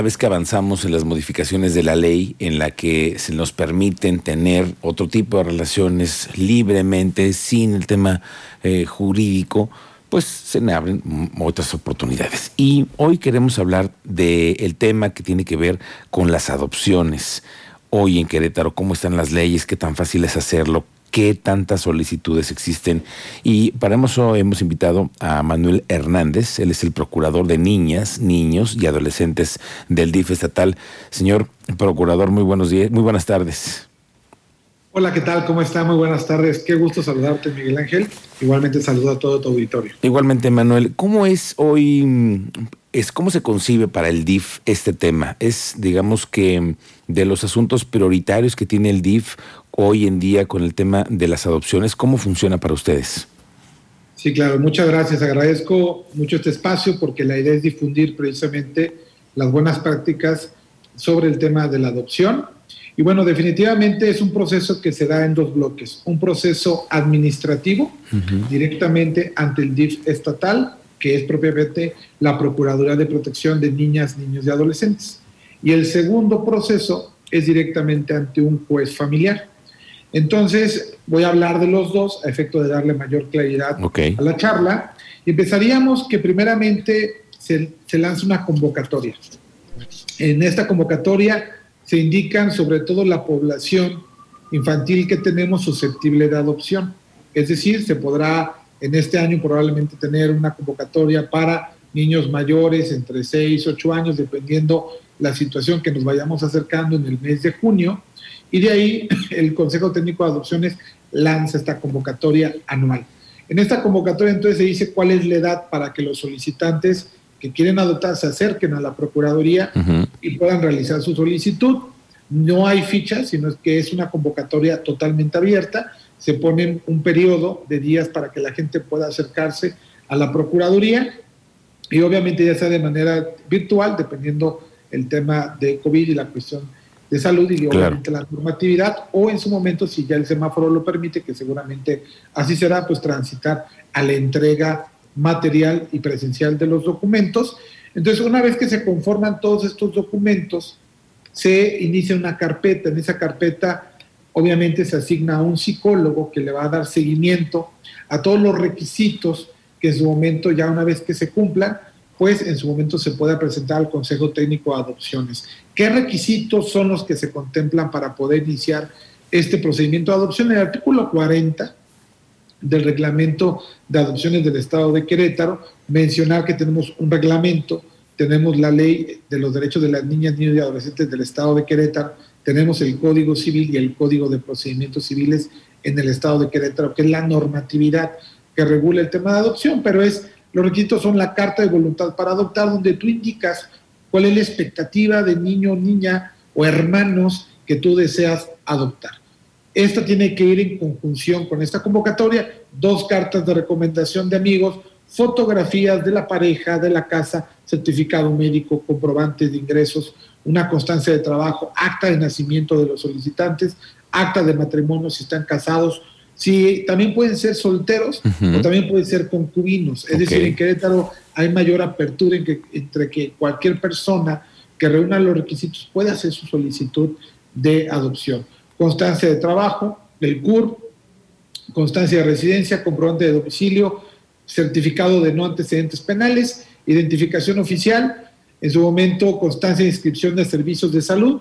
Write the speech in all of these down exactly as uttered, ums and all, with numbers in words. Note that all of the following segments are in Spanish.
Una vez que avanzamos en las modificaciones de la ley en la que se nos permiten tener otro tipo de relaciones libremente, sin el tema eh, jurídico, pues se me abren otras oportunidades. Y hoy queremos hablar del tema que tiene que ver con las adopciones. Hoy en Querétaro, ¿cómo están las leyes? ¿Qué tan fácil es hacerlo? ¿Qué tantas solicitudes existen? Y para eso hemos invitado a Manuel Hernández. Él es el procurador de niñas, niños y adolescentes del D I F estatal. Señor procurador, muy buenos días, muy buenas tardes. Hola, ¿qué tal? ¿Cómo está? Muy buenas tardes. Qué gusto saludarte, Miguel Ángel. Igualmente saludo a todo tu auditorio. Igualmente, Manuel. ¿Cómo es hoy, es cómo se concibe para el D I F este tema? Es, digamos que, de los asuntos prioritarios que tiene el D I F hoy en día con el tema de las adopciones. ¿Cómo funciona para ustedes? Sí, claro. Muchas gracias. Agradezco mucho este espacio porque la idea es difundir precisamente las buenas prácticas sobre el tema de la adopción. Y bueno, definitivamente es un proceso que se da en dos bloques. Un proceso administrativo, uh-huh. directamente ante el D I F estatal, que es propiamente la Procuraduría de Protección de Niñas, Niños y Adolescentes. Y el segundo proceso es directamente ante un juez familiar. Entonces, voy a hablar de los dos a efecto de darle mayor claridad okay. a la charla. Y empezaríamos que primeramente se, se lanza una convocatoria. En esta convocatoria se indican sobre todo la población infantil que tenemos susceptible de adopción. Es decir, se podrá en este año probablemente tener una convocatoria para niños mayores entre seis y ocho años, dependiendo la situación que nos vayamos acercando en el mes de junio. Y de ahí el Consejo Técnico de Adopciones lanza esta convocatoria anual. En esta convocatoria entonces se dice cuál es la edad para que los solicitantes que quieren adoptar se acerquen a la Procuraduría uh-huh. y puedan realizar su solicitud. No hay ficha, sino que es una convocatoria totalmente abierta. Se pone un periodo de días para que la gente pueda acercarse a la Procuraduría y obviamente ya sea de manera virtual, dependiendo el tema de COVID y la cuestión de salud y obviamente claro. la normatividad, o en su momento, si ya el semáforo lo permite, que seguramente así será, pues transitar a la entrega material y presencial de los documentos. Entonces, una vez que se conforman todos estos documentos, se inicia una carpeta. En esa carpeta, obviamente, se asigna a un psicólogo que le va a dar seguimiento a todos los requisitos que en su momento, ya una vez que se cumplan, pues en su momento se pueda presentar al Consejo Técnico de Adopciones. ¿Qué requisitos son los que se contemplan para poder iniciar este procedimiento de adopción? El artículo cuarenta del Reglamento de Adopciones del Estado de Querétaro, mencionar que tenemos un reglamento, tenemos la Ley de los Derechos de las Niñas, Niños y Adolescentes del Estado de Querétaro, tenemos el Código Civil y el Código de Procedimientos Civiles en el Estado de Querétaro, que es la normatividad que regula el tema de adopción, pero es los requisitos son la carta de voluntad para adoptar, donde tú indicas cuál es la expectativa de niño, niña o hermanos que tú deseas adoptar. Esta tiene que ir en conjunción con esta convocatoria, dos cartas de recomendación de amigos, fotografías de la pareja, de la casa, certificado médico, comprobantes de ingresos, una constancia de trabajo, acta de nacimiento de los solicitantes, acta de matrimonio si están casados. Sí, también pueden ser solteros uh-huh. o también pueden ser concubinos. Es okay. decir, en Querétaro hay mayor apertura en que, entre que cualquier persona que reúna los requisitos pueda hacer su solicitud de adopción. Constancia de trabajo, el C U R, constancia de residencia, comprobante de domicilio, certificado de no antecedentes penales, identificación oficial, en su momento constancia de inscripción de servicios de salud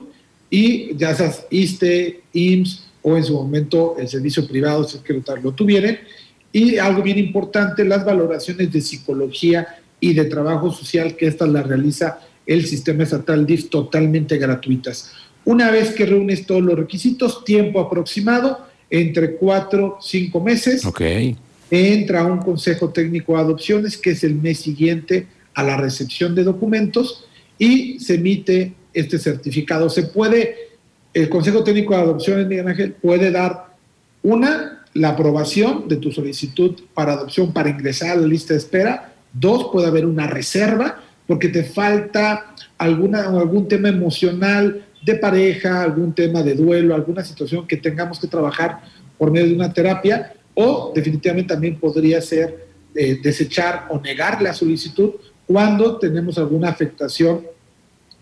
y ya seas ISSSTE, I M S S, o en su momento el servicio privado, si es que lo tuvieran. Y algo bien importante, las valoraciones de psicología y de trabajo social, que estas las realiza el sistema estatal D I F totalmente gratuitas. Una vez que reúnes todos los requisitos, tiempo aproximado, entre cuatro o cinco meses, okay. entra a un Consejo Técnico de Adopciones, que es el mes siguiente a la recepción de documentos, y se emite este certificado. Se puede... El Consejo Técnico de Adopciones, Miguel Ángel, puede dar una, la aprobación de tu solicitud para adopción para ingresar a la lista de espera. Dos, puede haber una reserva porque te falta alguna, algún tema emocional de pareja, algún tema de duelo, alguna situación que tengamos que trabajar por medio de una terapia, o definitivamente también podría ser eh, desechar o negar la solicitud cuando tenemos alguna afectación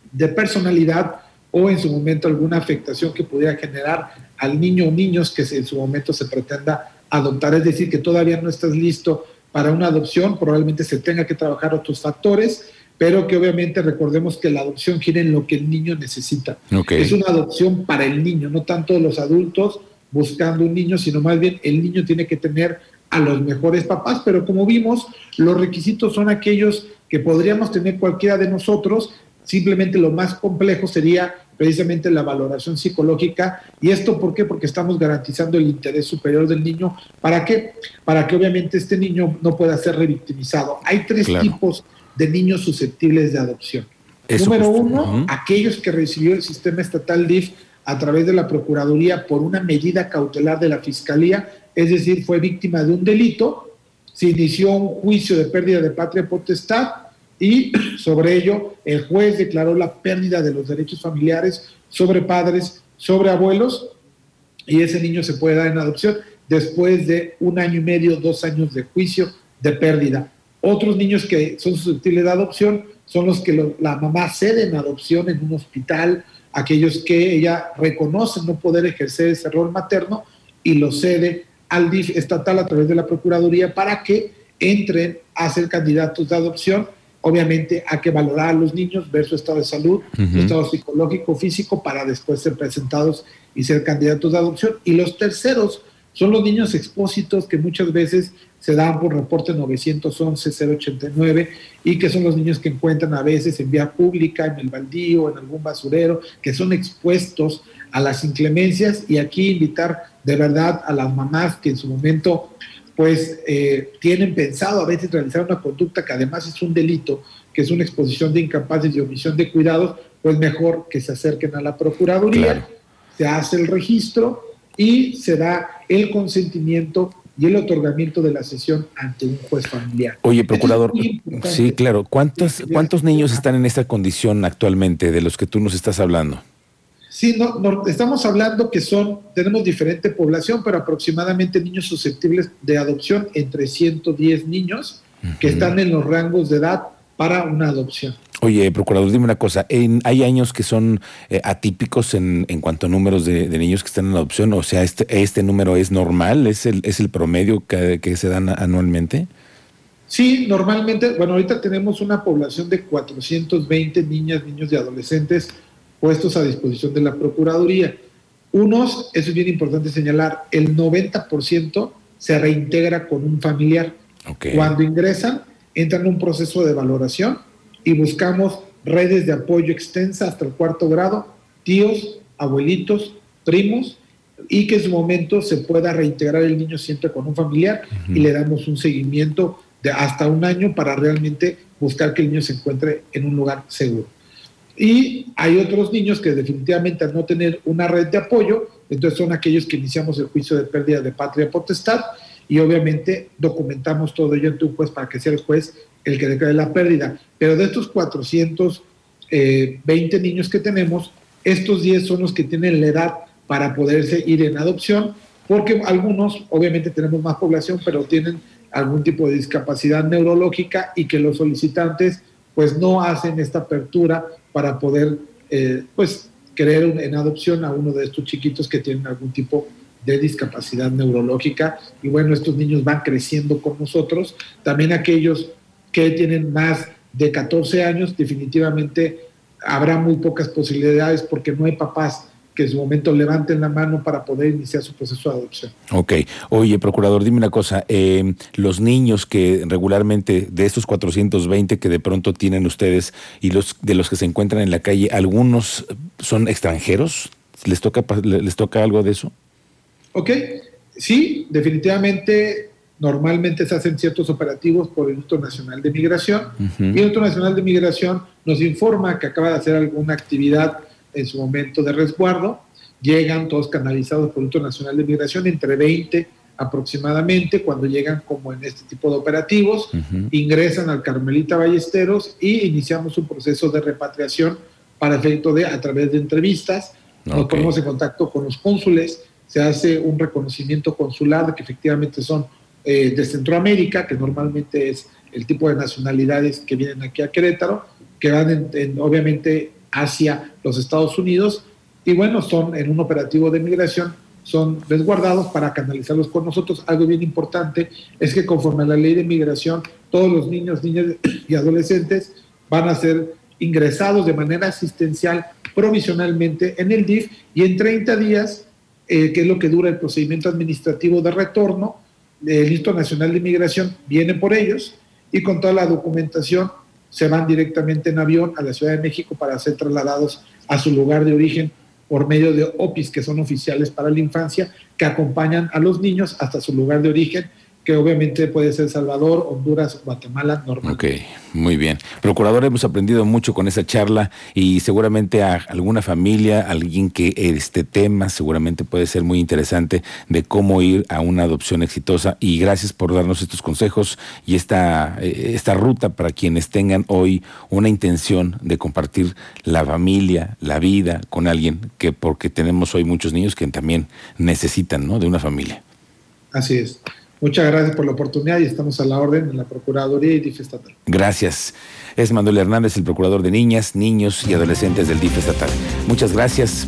de personalidad o en su momento alguna afectación que pudiera generar al niño o niños que en su momento se pretenda adoptar. Es decir, que todavía no estás listo para una adopción, probablemente se tenga que trabajar otros factores, pero que obviamente recordemos que la adopción gira en lo que el niño necesita. Okay. Es una adopción para el niño, no tanto los adultos buscando un niño, sino más bien el niño tiene que tener a los mejores papás, pero como vimos, los requisitos son aquellos que podríamos tener cualquiera de nosotros. Simplemente lo más complejo sería precisamente la valoración psicológica. ¿Y esto por qué? Porque estamos garantizando el interés superior del niño. ¿Para qué? Para que obviamente este niño no pueda ser revictimizado. Hay tres claro. tipos de niños susceptibles de adopción. Eso Número justo. uno, uh-huh. aquellos que recibió el sistema estatal D I F a través de la Procuraduría por una medida cautelar de la Fiscalía, es decir, fue víctima de un delito, se inició un juicio de pérdida de patria potestad, y sobre ello el juez declaró la pérdida de los derechos familiares sobre padres, sobre abuelos, y ese niño se puede dar en adopción después de un año y medio, dos años de juicio de pérdida. Otros niños que son susceptibles de adopción son los que lo, la mamá cede en adopción en un hospital, aquellos que ella reconoce no poder ejercer ese rol materno y lo cede al D I F estatal a través de la Procuraduría para que entren a ser candidatos de adopción. Obviamente hay que valorar a los niños, ver su estado de salud, uh-huh. su estado psicológico, físico, para después ser presentados y ser candidatos de adopción. Y los terceros son los niños expósitos que muchas veces se dan por reporte novecientos once cero ochenta y nueve y que son los niños que encuentran a veces en vía pública, en el baldío, en algún basurero, que son expuestos a las inclemencias. Y aquí invitar de verdad a las mamás que en su momento pues eh, tienen pensado a veces realizar una conducta que además es un delito, que es una exposición de incapaces y omisión de cuidados, pues mejor que se acerquen a la Procuraduría, claro. se hace el registro y se da el consentimiento y el otorgamiento de la cesión ante un juez familiar. Oye, procurador, sí, claro, ¿cuántos, ¿cuántos niños están en esta condición actualmente de los que tú nos estás hablando? Sí, no, no, estamos hablando que son, tenemos diferente población, pero aproximadamente niños susceptibles de adopción, entre ciento diez niños uh-huh. que están en los rangos de edad para una adopción. Oye, procurador, dime una cosa, ¿en, ¿hay años que son eh, atípicos en, en cuanto a números de, de niños que están en adopción? O sea, ¿este, este número es normal? ¿Es el, es el promedio que, que se dan anualmente? Sí, normalmente, bueno, ahorita tenemos una población de cuatrocientos veinte niñas, niños y adolescentes puestos a disposición de la Procuraduría. Unos, eso es bien importante señalar, el noventa por ciento se reintegra con un familiar. Okay. Cuando ingresan, entran en un proceso de valoración y buscamos redes de apoyo extensa hasta el cuarto grado, tíos, abuelitos, primos, y que en su momento se pueda reintegrar el niño siempre con un familiar uh-huh. y le damos un seguimiento de hasta un año para realmente buscar que el niño se encuentre en un lugar seguro. Y hay otros niños que definitivamente al no tener una red de apoyo, entonces son aquellos que iniciamos el juicio de pérdida de patria potestad y obviamente documentamos todo ello ante un juez para que sea el juez el que declare la pérdida. Pero de estos cuatrocientos veinte niños que tenemos, estos diez son los que tienen la edad para poderse ir en adopción, porque algunos, obviamente tenemos más población, pero tienen algún tipo de discapacidad neurológica y que los solicitantes pues no hacen esta apertura para poder eh, pues querer en adopción a uno de estos chiquitos que tienen algún tipo de discapacidad neurológica. Y bueno, estos niños van creciendo con nosotros. También aquellos que tienen más de catorce años, definitivamente habrá muy pocas posibilidades porque no hay papás que en su momento levanten la mano para poder iniciar su proceso de adopción. Ok. Oye, procurador, dime una cosa. Eh, los niños que regularmente, de estos cuatrocientos veinte que de pronto tienen ustedes y los de los que se encuentran en la calle, ¿algunos son extranjeros? ¿Les toca, les toca algo de eso? Ok. Sí, definitivamente, normalmente se hacen ciertos operativos por el Instituto Nacional de Migración uh-huh. y el Instituto Nacional de Migración nos informa que acaba de hacer alguna actividad en su momento de resguardo, llegan todos canalizados por el Instituto Nacional de Migración, entre veinte aproximadamente, cuando llegan como en este tipo de operativos, uh-huh. ingresan al Carmelita Ballesteros y iniciamos un proceso de repatriación para efecto de, a través de entrevistas, okay. nos ponemos en contacto con los cónsules, se hace un reconocimiento consular de que efectivamente son eh, de Centroamérica, que normalmente es el tipo de nacionalidades que vienen aquí a Querétaro, que van en, en, obviamente hacia los Estados Unidos y bueno, son en un operativo de migración, son resguardados para canalizarlos con nosotros. Algo bien importante es que conforme a la ley de migración, todos los niños, niñas y adolescentes van a ser ingresados de manera asistencial provisionalmente en el D I F y en treinta días, eh, que es lo que dura el procedimiento administrativo de retorno, el Instituto Nacional de Migración viene por ellos y con toda la documentación se van directamente en avión a la Ciudad de México para ser trasladados a su lugar de origen por medio de O P I S, que son oficiales para la infancia, que acompañan a los niños hasta su lugar de origen, que obviamente puede ser Salvador, Honduras, Guatemala, normal. Ok, muy bien. Procurador, hemos aprendido mucho con esa charla y seguramente a alguna familia, alguien que este tema seguramente puede ser muy interesante de cómo ir a una adopción exitosa, y gracias por darnos estos consejos y esta, esta ruta para quienes tengan hoy una intención de compartir la familia, la vida con alguien, que porque tenemos hoy muchos niños que también necesitan, ¿no?, de una familia. Así es. Muchas gracias por la oportunidad y estamos a la orden en la Procuraduría y D I F estatal. Gracias. Es Manuel Hernández, el procurador de niñas, niños y adolescentes del D I F estatal. Muchas gracias.